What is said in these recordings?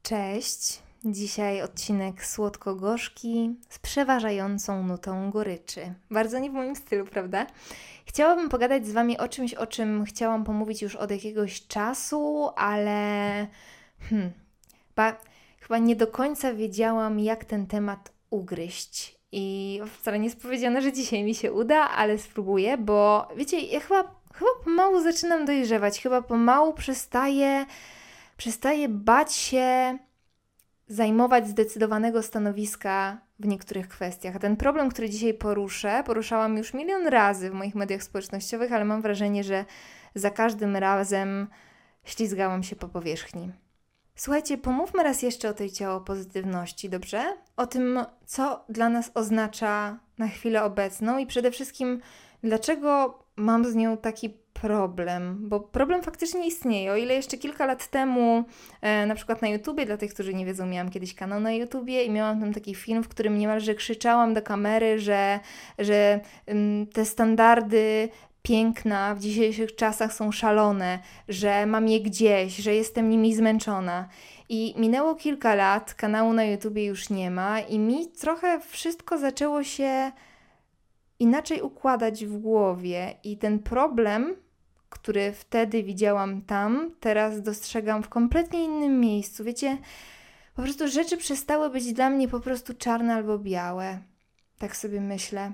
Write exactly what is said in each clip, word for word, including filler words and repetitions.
Cześć! Dzisiaj odcinek słodko-gorzki z przeważającą nutą goryczy. Bardzo nie w moim stylu, prawda? Chciałabym pogadać z Wami o czymś, o czym chciałam pomówić już od jakiegoś czasu, ale hmm, chyba, chyba nie do końca wiedziałam, jak ten temat ugryźć. I wcale nie jest powiedziane, że dzisiaj mi się uda, ale spróbuję, bo wiecie, ja chyba, chyba pomału zaczynam dojrzewać, chyba pomału przestaję, przestaję bać się zajmować zdecydowanego stanowiska w niektórych kwestiach. A ten problem, który dzisiaj poruszę, poruszałam już milion razy w moich mediach społecznościowych, ale mam wrażenie, że za każdym razem ślizgałam się po powierzchni. Słuchajcie, pomówmy raz jeszcze o tej ciałopozytywności, dobrze? O tym, co dla nas oznacza na chwilę obecną i przede wszystkim, dlaczego mam z nią taki problem, bo problem faktycznie istnieje. O ile jeszcze kilka lat temu, e, na przykład na YouTubie, dla tych, którzy nie wiedzą, miałam kiedyś kanał na YouTubie i miałam tam taki film, w którym niemalże krzyczałam do kamery, że, że ym, te standardy piękna w dzisiejszych czasach są szalone, że mam je gdzieś, że jestem nimi zmęczona. I minęło kilka lat, kanału na YouTubie już nie ma i mi trochę wszystko zaczęło się inaczej układać w głowie i ten problem, który wtedy widziałam tam, teraz dostrzegam w kompletnie innym miejscu. Wiecie, po prostu rzeczy przestały być dla mnie po prostu czarne albo białe. Tak sobie myślę.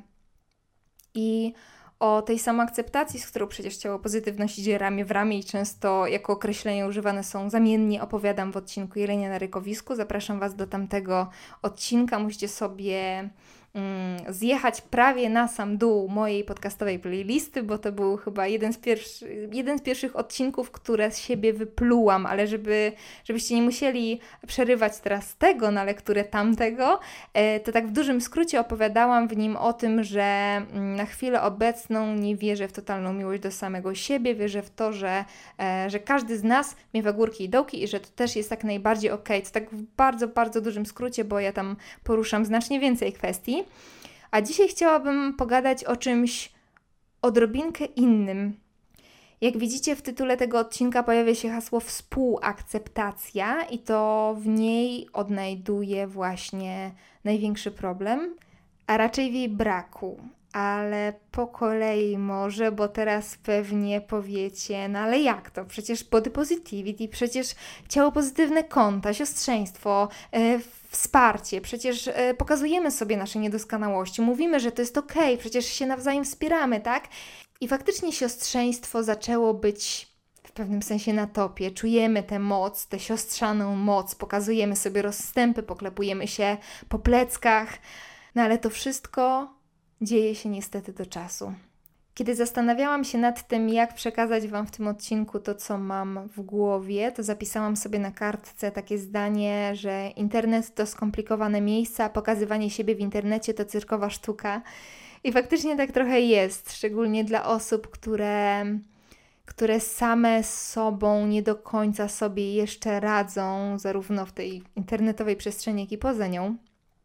I o tej samoakceptacji, z którą przecież ciało pozytywność idzie ramię w ramię i często jako określenie używane są zamiennie, opowiadam w odcinku Jelenia na rykowisku. Zapraszam Was do tamtego odcinka. Musicie sobie mm, zjechać prawie na sam dół mojej podcastowej playlisty, bo to był chyba jeden z, pierwszy, jeden z pierwszych odcinków, które z siebie wyplułam, ale żeby, żebyście nie musieli przerywać teraz tego na lekturę tamtego, e, to tak w dużym skrócie opowiadałam w nim o tym, że mm, na chwilę obecną nie wierzę w totalną miłość do samego siebie, wierzę w to, że, e, że każdy z nas miewa górki i dołki i że to też jest tak najbardziej okej. To tak w bardzo, bardzo dużym skrócie, bo ja tam poruszam znacznie więcej kwestii. A dzisiaj chciałabym pogadać o czymś odrobinkę innym. Jak widzicie, w tytule tego odcinka pojawia się hasło współakceptacja i to w niej odnajduję właśnie największy problem, a raczej w jej braku. Ale po kolei może, bo teraz pewnie powiecie, no ale jak to? Przecież body positivity, przecież ciało pozytywne konta, siostrzeństwo, yy, wsparcie, przecież yy, pokazujemy sobie nasze niedoskonałości, mówimy, że to jest okej, przecież się nawzajem wspieramy, tak? I faktycznie siostrzeństwo zaczęło być w pewnym sensie na topie. Czujemy tę moc, tę siostrzaną moc, pokazujemy sobie rozstępy, poklepujemy się po pleckach, no ale to wszystko dzieje się niestety do czasu. Kiedy zastanawiałam się nad tym, jak przekazać Wam w tym odcinku to, co mam w głowie, to zapisałam sobie na kartce takie zdanie, że internet to skomplikowane miejsce, a pokazywanie siebie w internecie to cyrkowa sztuka. I faktycznie tak trochę jest, szczególnie dla osób, które, które same z sobą nie do końca sobie jeszcze radzą, zarówno w tej internetowej przestrzeni, jak i poza nią.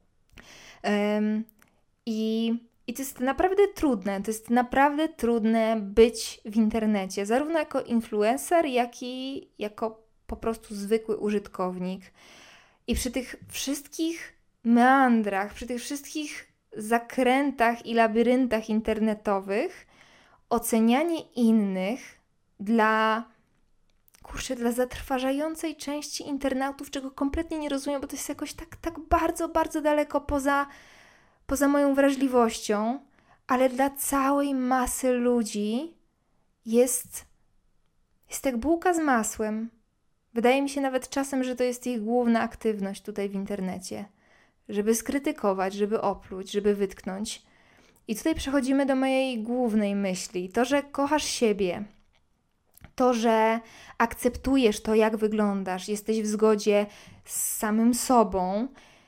Um, i I to jest naprawdę trudne, to jest naprawdę trudne być w internecie, zarówno jako influencer, jak i jako po prostu zwykły użytkownik. I przy tych wszystkich meandrach, przy tych wszystkich zakrętach i labiryntach internetowych, ocenianie innych dla, kurczę, dla zatrważającej części internautów, czego kompletnie nie rozumiem, bo to jest jakoś tak, tak bardzo, bardzo daleko poza poza moją wrażliwością, ale dla całej masy ludzi jest, jest jak bułka z masłem. Wydaje mi się nawet czasem, że to jest ich główna aktywność tutaj w internecie. Żeby skrytykować, żeby opluć, żeby wytknąć. I tutaj przechodzimy do mojej głównej myśli. To, że kochasz siebie, to, że akceptujesz to, jak wyglądasz, jesteś w zgodzie z samym sobą,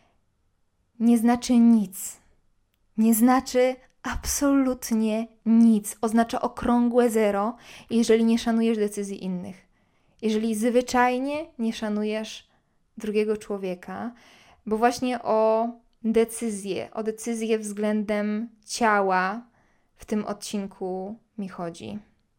nie znaczy nic. Nie znaczy absolutnie nic. Oznacza okrągłe zero, jeżeli nie szanujesz decyzji innych. Jeżeli zwyczajnie nie szanujesz drugiego człowieka, bo właśnie o decyzję, o decyzję względem ciała w tym odcinku mi chodzi.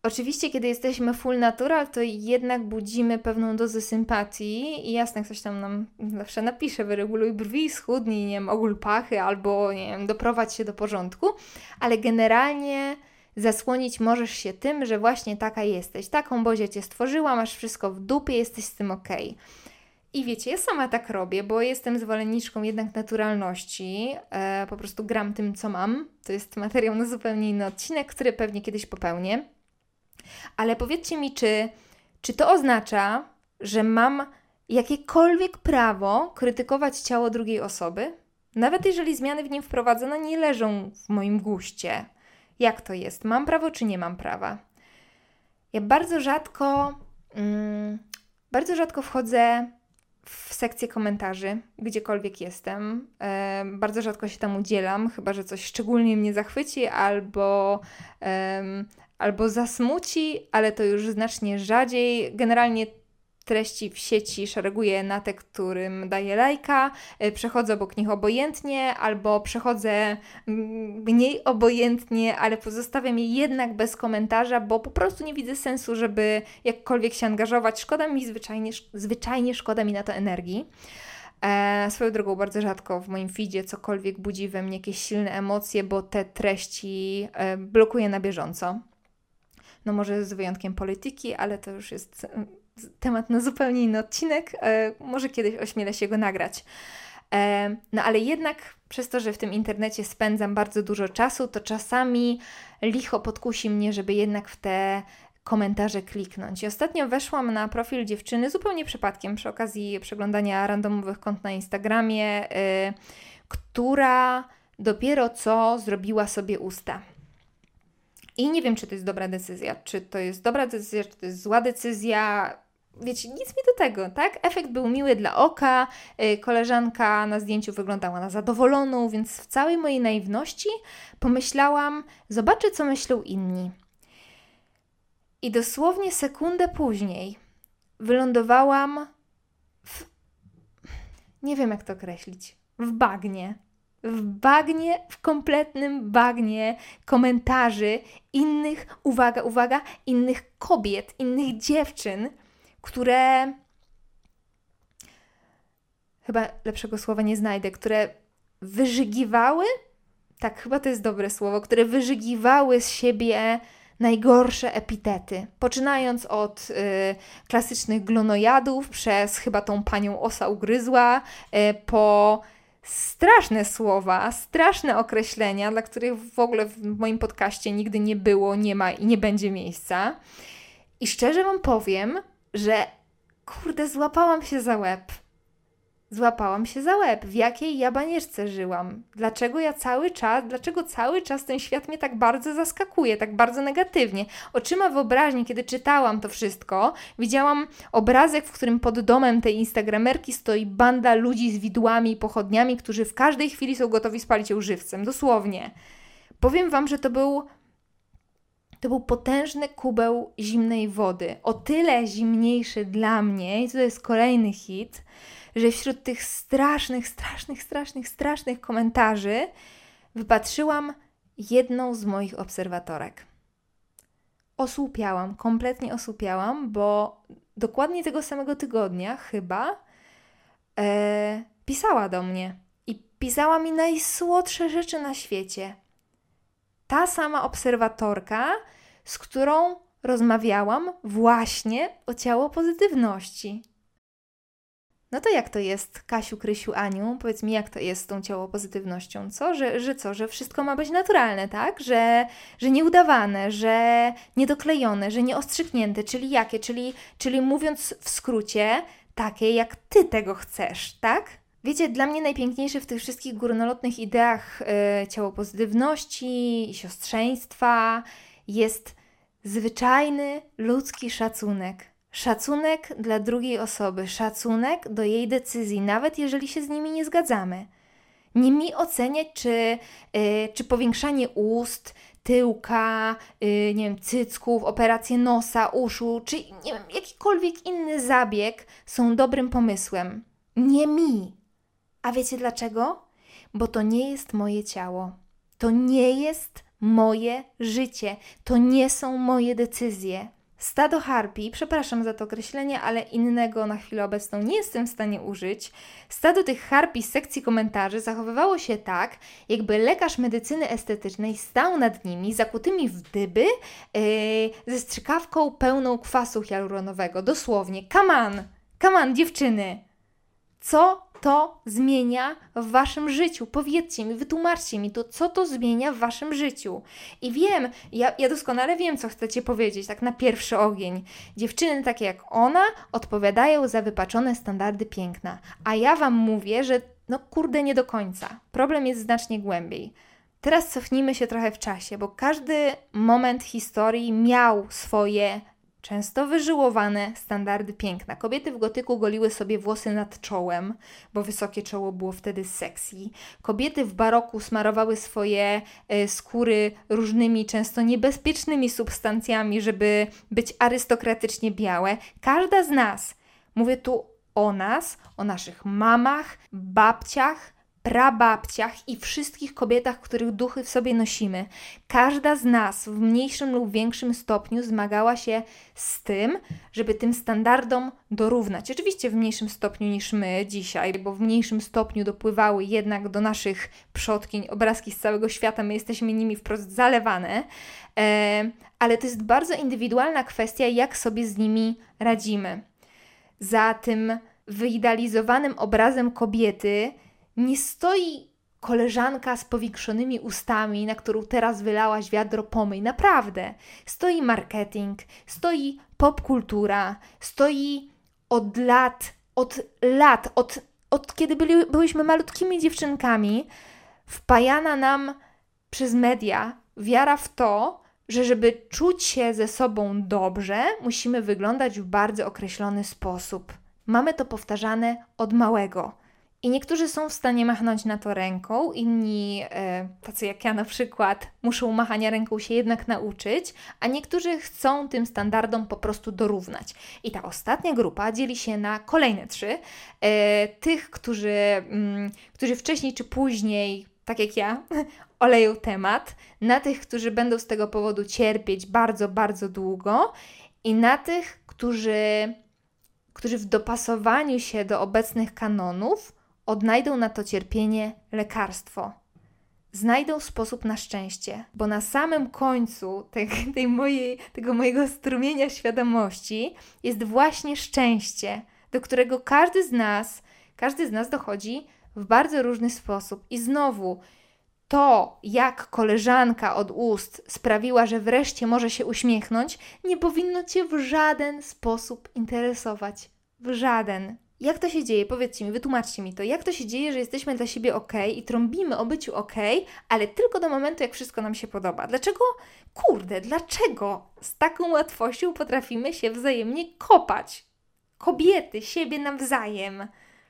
Oczywiście, kiedy jesteśmy full natural, to jednak budzimy pewną dozę sympatii i jasne, ktoś tam nam zawsze napisze, wyreguluj brwi, schudnij, nie wiem, ogól pachy albo, nie wiem, doprowadź się do porządku, ale generalnie zasłonić możesz się tym, że właśnie taka jesteś, taką Bozia Cię stworzyła, masz wszystko w dupie, jesteś z tym okej. I wiecie, ja sama tak robię, bo jestem zwolenniczką jednak naturalności, e, po prostu gram tym, co mam. To jest materiał na zupełnie inny odcinek, który pewnie kiedyś popełnię. Ale powiedzcie mi, czy, czy to oznacza, że mam jakiekolwiek prawo krytykować ciało drugiej osoby? Nawet jeżeli zmiany w nim wprowadzone nie leżą w moim guście. Jak to jest? Mam prawo czy nie mam prawa? Ja bardzo rzadko, mm, bardzo rzadko wchodzę w sekcję komentarzy, gdziekolwiek jestem. E, bardzo rzadko się tam udzielam, chyba że coś szczególnie mnie zachwyci albo, e, albo zasmuci, ale to już znacznie rzadziej. Generalnie treści w sieci szereguję na te, którym daję lajka, e, przechodzę obok nich obojętnie, albo przechodzę mniej obojętnie, ale pozostawiam je jednak bez komentarza, bo po prostu nie widzę sensu, żeby jakkolwiek się angażować. Szkoda mi, zwyczajnie, zwyczajnie szkoda mi na to energii. E, swoją drogą bardzo rzadko w moim feedzie cokolwiek budzi we mnie jakieś silne emocje, bo te treści e, blokuję na bieżąco. No może z wyjątkiem polityki, ale to już jest temat na zupełnie inny odcinek. E, może kiedyś ośmielę się go nagrać. E, no ale jednak przez to, że w tym internecie spędzam bardzo dużo czasu, to czasami licho podkusi mnie, żeby jednak w te komentarze kliknąć. I ostatnio weszłam na profil dziewczyny zupełnie przypadkiem przy okazji przeglądania randomowych kont na Instagramie, e, która dopiero co zrobiła sobie usta. I nie wiem, czy to jest dobra decyzja, czy to jest dobra decyzja, czy to jest zła decyzja. Wiecie, nic mi do tego, tak? Efekt był miły dla oka, yy, koleżanka na zdjęciu wyglądała na zadowoloną, więc w całej mojej naiwności pomyślałam, zobaczę, co myślą inni. I dosłownie sekundę później wylądowałam w... nie wiem, jak to określić. W bagnie. W bagnie, w kompletnym bagnie komentarzy innych, uwaga, uwaga, innych kobiet, innych dziewczyn, które, chyba lepszego słowa nie znajdę, które wyżygiwały, tak, chyba to jest dobre słowo, które wyżygiwały z siebie najgorsze epitety, poczynając od y, klasycznych glonojadów, przez chyba tą panią osa ugryzła, y, po straszne słowa, straszne określenia, dla których w ogóle w moim podcaście nigdy nie było, nie ma i nie będzie miejsca. I szczerze wam powiem, że kurde, złapałam się za łeb. Złapałam się za łeb. W jakiej ja banieczce żyłam? Dlaczego ja cały czas, dlaczego cały czas ten świat mnie tak bardzo zaskakuje, tak bardzo negatywnie? Oczyma wyobraźni, kiedy czytałam to wszystko, widziałam obrazek, w którym pod domem tej instagramerki stoi banda ludzi z widłami i pochodniami, którzy w każdej chwili są gotowi spalić ją żywcem. Dosłownie. Powiem wam, że to był To był potężny kubeł zimnej wody. O tyle zimniejszy dla mnie, i to jest kolejny hit, że wśród tych strasznych, strasznych, strasznych, strasznych komentarzy wypatrzyłam jedną z moich obserwatorek. Osłupiałam, kompletnie osłupiałam, bo dokładnie tego samego tygodnia chyba e, pisała do mnie i pisała mi najsłodsze rzeczy na świecie. Ta sama obserwatorka, z którą rozmawiałam właśnie o ciało pozytywności. No to jak to jest, Kasiu, Krysiu, Aniu? Powiedz mi, jak to jest z tą ciało pozytywnością, co? Że, że co? Że wszystko ma być naturalne, tak? Że, że nieudawane, że niedoklejone, że nieostrzyknięte, czyli jakie? Czyli, czyli mówiąc w skrócie, takie jak ty tego chcesz, tak? Wiecie, dla mnie najpiękniejsze w tych wszystkich górnolotnych ideach yy, ciało pozytywności i siostrzeństwa jest zwyczajny ludzki szacunek. Szacunek dla drugiej osoby, szacunek do jej decyzji, nawet jeżeli się z nimi nie zgadzamy. Nie mi oceniać, czy, yy, czy powiększanie ust, tyłka, yy, nie wiem, cycków, operacje nosa, uszu, czy nie wiem, jakikolwiek inny zabieg są dobrym pomysłem. Nie mi. A wiecie dlaczego? Bo to nie jest moje ciało. To nie jest moje życie. To nie są moje decyzje. Stado harpii, przepraszam za to określenie, ale innego na chwilę obecną nie jestem w stanie użyć. Stado tych harpii z sekcji komentarzy zachowywało się tak, jakby lekarz medycyny estetycznej stał nad nimi, zakutymi w dyby, yy, ze strzykawką pełną kwasu hialuronowego. Dosłownie. Come on! Come on, dziewczyny! Co to zmienia w waszym życiu? Powiedzcie mi, wytłumaczcie mi to, co to zmienia w waszym życiu. I wiem, ja, ja doskonale wiem, co chcecie powiedzieć, tak na pierwszy ogień. Dziewczyny takie jak ona odpowiadają za wypaczone standardy piękna. A ja wam mówię, że no kurde, nie do końca. Problem jest znacznie głębiej. Teraz cofnijmy się trochę w czasie, bo każdy moment historii miał swoje często wyżyłowane standardy piękna. Kobiety w gotyku goliły sobie włosy nad czołem, bo wysokie czoło było wtedy sexy. Kobiety w baroku smarowały swoje e, skóry różnymi, często niebezpiecznymi substancjami, żeby być arystokratycznie białe. Każda z nas, mówię tu o nas, o naszych mamach, babciach, prababciach i wszystkich kobietach, których duchy w sobie nosimy. Każda z nas w mniejszym lub większym stopniu zmagała się z tym, żeby tym standardom dorównać. Oczywiście w mniejszym stopniu niż my dzisiaj, bo w mniejszym stopniu dopływały jednak do naszych przodkiń obrazki z całego świata, my jesteśmy nimi wprost zalewane, e, ale to jest bardzo indywidualna kwestia, jak sobie z nimi radzimy. Za tym wyidealizowanym obrazem kobiety nie stoi koleżanka z powiększonymi ustami, na którą teraz wylałaś wiadro pomyj. Naprawdę. Stoi marketing, stoi popkultura, stoi od lat, od lat, od, od kiedy byli, byłyśmy malutkimi dziewczynkami, wpajana nam przez media wiara w to, że żeby czuć się ze sobą dobrze, musimy wyglądać w bardzo określony sposób. Mamy to powtarzane od małego. I niektórzy są w stanie machnąć na to ręką, inni, e, tacy jak ja na przykład, muszą machania ręką się jednak nauczyć, a niektórzy chcą tym standardom po prostu dorównać. I ta ostatnia grupa dzieli się na kolejne trzy. E, tych, którzy, mm, którzy wcześniej czy później, tak jak ja, oleją temat, na tych, którzy będą z tego powodu cierpieć bardzo, bardzo długo i na tych, którzy, którzy w dopasowaniu się do obecnych kanonów odnajdą na to cierpienie lekarstwo. Znajdą sposób na szczęście, bo na samym końcu tej, tej mojej, tego mojego strumienia świadomości jest właśnie szczęście, do którego każdy z nas, każdy z nas dochodzi w bardzo różny sposób. I znowu, to jak koleżanka od ust sprawiła, że wreszcie może się uśmiechnąć, nie powinno Cię w żaden sposób interesować. W żaden. Jak to się dzieje? Powiedzcie mi, wytłumaczcie mi to. Jak to się dzieje, że jesteśmy dla siebie okej i trąbimy o byciu okej, ale tylko do momentu, jak wszystko nam się podoba? Dlaczego? Kurde, dlaczego z taką łatwością potrafimy się wzajemnie kopać? Kobiety, siebie nawzajem.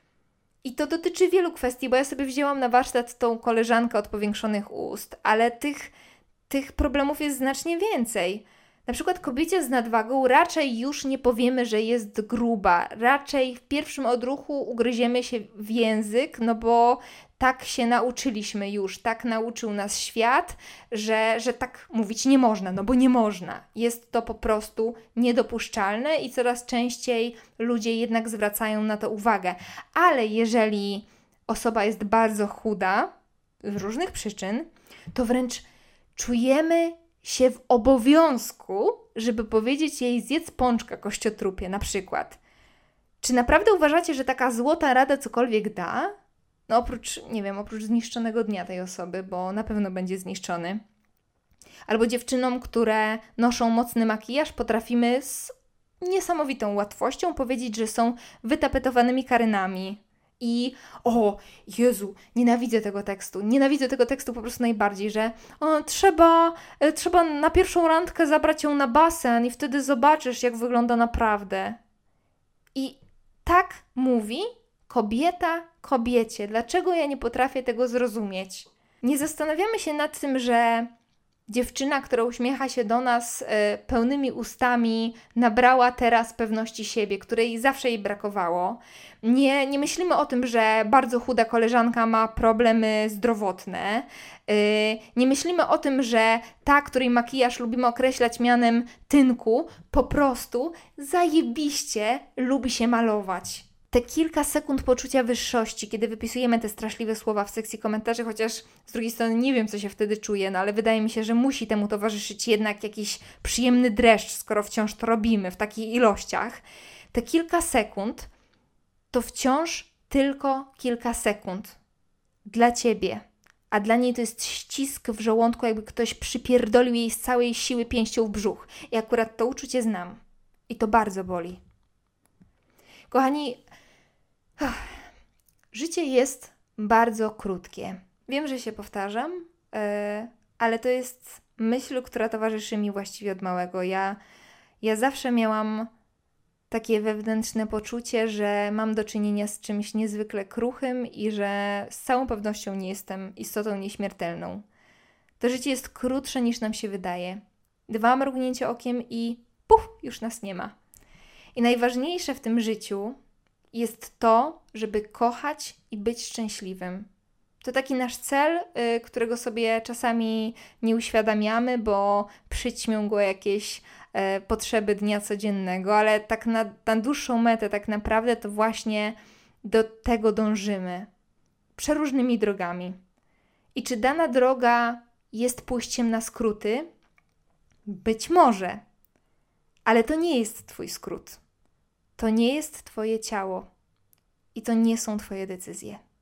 I to dotyczy wielu kwestii, bo ja sobie wzięłam na warsztat tą koleżankę od powiększonych ust, ale tych, tych problemów jest znacznie więcej. Na przykład kobiecie z nadwagą raczej już nie powiemy, że jest gruba. Raczej w pierwszym odruchu ugryziemy się w język, no bo tak się nauczyliśmy już, tak nauczył nas świat, że, że tak mówić nie można, no bo nie można. Jest to po prostu niedopuszczalne i coraz częściej ludzie jednak zwracają na to uwagę. Ale jeżeli osoba jest bardzo chuda, z różnych przyczyn, to wręcz czujemy się w obowiązku, żeby powiedzieć jej zjedz pączka kościotrupie na przykład. Czy naprawdę uważacie, że taka złota rada cokolwiek da? No oprócz, nie wiem, oprócz zniszczonego dnia tej osoby, bo na pewno będzie zniszczony. Albo dziewczynom, które noszą mocny makijaż, potrafimy z niesamowitą łatwością powiedzieć, że są wytapetowanymi karynami. I o Jezu, nienawidzę tego tekstu, nienawidzę tego tekstu po prostu najbardziej, że o, trzeba, e, trzeba na pierwszą randkę zabrać ją na basen i wtedy zobaczysz, jak wygląda naprawdę. I tak mówi kobieta kobiecie. Dlaczego ja nie potrafię tego zrozumieć? Nie zastanawiamy się nad tym, że Dziewczyna, która uśmiecha się do nas y, pełnymi ustami, nabrała teraz pewności siebie, której zawsze jej brakowało. Nie, nie myślimy o tym, że bardzo chuda koleżanka ma problemy zdrowotne. Y, nie myślimy o tym, że ta, której makijaż lubimy określać mianem tynku, po prostu zajebiście lubi się malować. Te kilka sekund poczucia wyższości, kiedy wypisujemy te straszliwe słowa w sekcji komentarzy, chociaż z drugiej strony nie wiem, co się wtedy czuje, no ale wydaje mi się, że musi temu towarzyszyć jednak jakiś przyjemny dreszcz, skoro wciąż to robimy w takich ilościach. Te kilka sekund to wciąż tylko kilka sekund dla Ciebie, a dla niej to jest ścisk w żołądku, jakby ktoś przypierdolił jej z całej siły pięścią w brzuch. I akurat to uczucie znam. I to bardzo boli. Kochani, życie jest bardzo krótkie. Wiem, że się powtarzam, yy, ale to jest myśl, która towarzyszy mi właściwie od małego. Ja, ja zawsze miałam takie wewnętrzne poczucie, że mam do czynienia z czymś niezwykle kruchym i że z całą pewnością nie jestem istotą nieśmiertelną. To życie jest krótsze niż nam się wydaje. Dwa mrugnięcia okiem i puf, już nas nie ma. I najważniejsze w tym życiu jest to, żeby kochać i być szczęśliwym. To taki nasz cel, yy, którego sobie czasami nie uświadamiamy, bo przyćmią go jakieś yy, potrzeby dnia codziennego, ale tak na, na dłuższą metę tak naprawdę to właśnie do tego dążymy. Przeróżnymi drogami. I czy dana droga jest pójściem na skróty? Być może. Ale to nie jest Twój skrót. To nie jest Twoje ciało i to nie są Twoje decyzje.